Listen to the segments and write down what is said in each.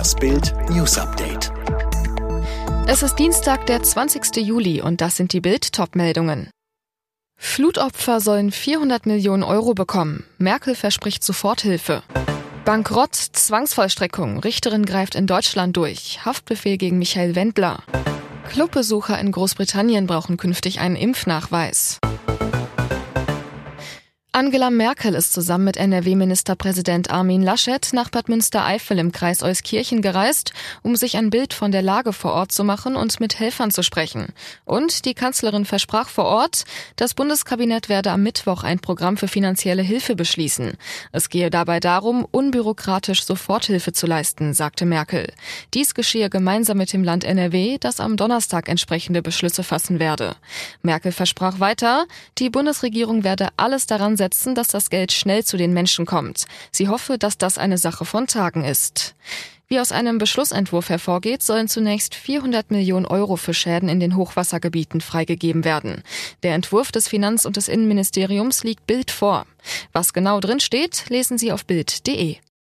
Das Bild News Update. Es ist Dienstag, der 20. Juli und das sind die Bild-Top-Meldungen. Flutopfer sollen 400 Millionen Euro bekommen. Merkel verspricht Soforthilfe. Bankrott, Zwangsvollstreckung. Richterin greift in Deutschland durch. Haftbefehl gegen Michael Wendler. Clubbesucher in Großbritannien brauchen künftig einen Impfnachweis. Angela Merkel ist zusammen mit NRW-Ministerpräsident Armin Laschet nach Bad Münstereifel im Kreis Euskirchen gereist, um sich ein Bild von der Lage vor Ort zu machen und mit Helfern zu sprechen. Und die Kanzlerin versprach vor Ort, das Bundeskabinett werde am Mittwoch ein Programm für finanzielle Hilfe beschließen. Es gehe dabei darum, unbürokratisch Soforthilfe zu leisten, sagte Merkel. Dies geschehe gemeinsam mit dem Land NRW, das am Donnerstag entsprechende Beschlüsse fassen werde. Merkel versprach weiter, die Bundesregierung werde alles daran setzen, dass das Geld schnell zu den Menschen kommt. Sie hoffe, dass das eine Sache von Tagen ist. Wie aus einem Beschlussentwurf hervorgeht, sollen zunächst 400 Millionen Euro für Schäden in den Hochwassergebieten freigegeben werden. Der Entwurf des Finanz- und des Innenministeriums liegt Bild vor. Was genau drin steht, lesen Sie auf Bild.de.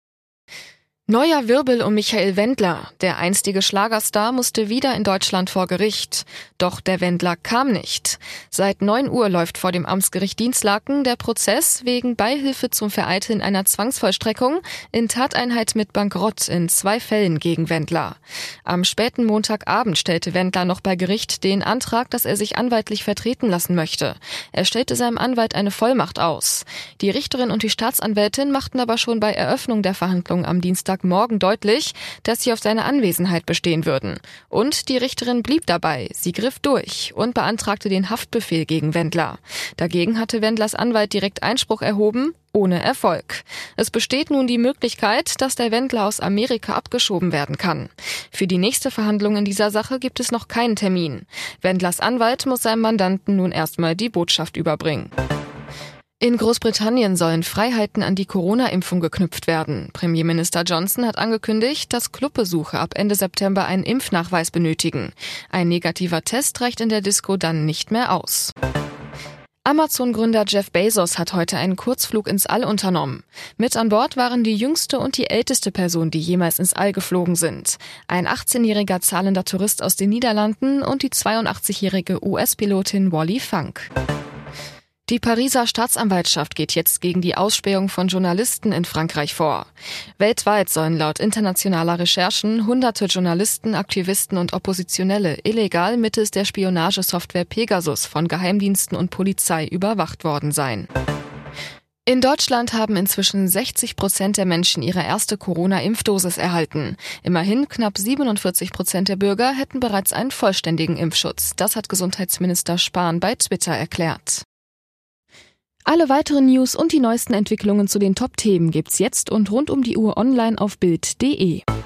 Neuer Wirbel um Michael Wendler. Der einstige Schlagerstar musste wieder in Deutschland vor Gericht. Doch der Wendler kam nicht. Seit 9 Uhr läuft vor dem Amtsgericht Dinslaken der Prozess wegen Beihilfe zum Vereiteln einer Zwangsvollstreckung in Tateinheit mit Bankrott in 2 Fällen gegen Wendler. Am späten Montagabend stellte Wendler noch bei Gericht den Antrag, dass er sich anwaltlich vertreten lassen möchte. Er stellte seinem Anwalt eine Vollmacht aus. Die Richterin und die Staatsanwältin machten aber schon bei Eröffnung der Verhandlung am Dienstagmorgen deutlich, dass sie auf seine Anwesenheit bestehen würden. Und die Richterin blieb dabei. Sie griff durch und beantragte den Haftbefehl gegen Wendler. Dagegen hatte Wendlers Anwalt direkt Einspruch erhoben, ohne Erfolg. Es besteht nun die Möglichkeit, dass der Wendler aus Amerika abgeschoben werden kann. Für die nächste Verhandlung in dieser Sache gibt es noch keinen Termin. Wendlers Anwalt muss seinem Mandanten nun erstmal die Botschaft überbringen. In Großbritannien sollen Freiheiten an die Corona-Impfung geknüpft werden. Premierminister Johnson hat angekündigt, dass Clubbesucher ab Ende September einen Impfnachweis benötigen. Ein negativer Test reicht in der Disco dann nicht mehr aus. Amazon-Gründer Jeff Bezos hat heute einen Kurzflug ins All unternommen. Mit an Bord waren die jüngste und die älteste Person, die jemals ins All geflogen sind. Ein 18-jähriger zahlender Tourist aus den Niederlanden und die 82-jährige US-Pilotin Wally Funk. Die Pariser Staatsanwaltschaft geht jetzt gegen die Ausspähung von Journalisten in Frankreich vor. Weltweit sollen laut internationaler Recherchen hunderte Journalisten, Aktivisten und Oppositionelle illegal mittels der Spionagesoftware Pegasus von Geheimdiensten und Polizei überwacht worden sein. In Deutschland haben inzwischen 60% der Menschen ihre erste Corona-Impfdosis erhalten. Immerhin knapp 47% der Bürger hätten bereits einen vollständigen Impfschutz. Das hat Gesundheitsminister Spahn bei Twitter erklärt. Alle weiteren News und die neuesten Entwicklungen zu den Top-Themen gibt's jetzt und rund um die Uhr online auf Bild.de.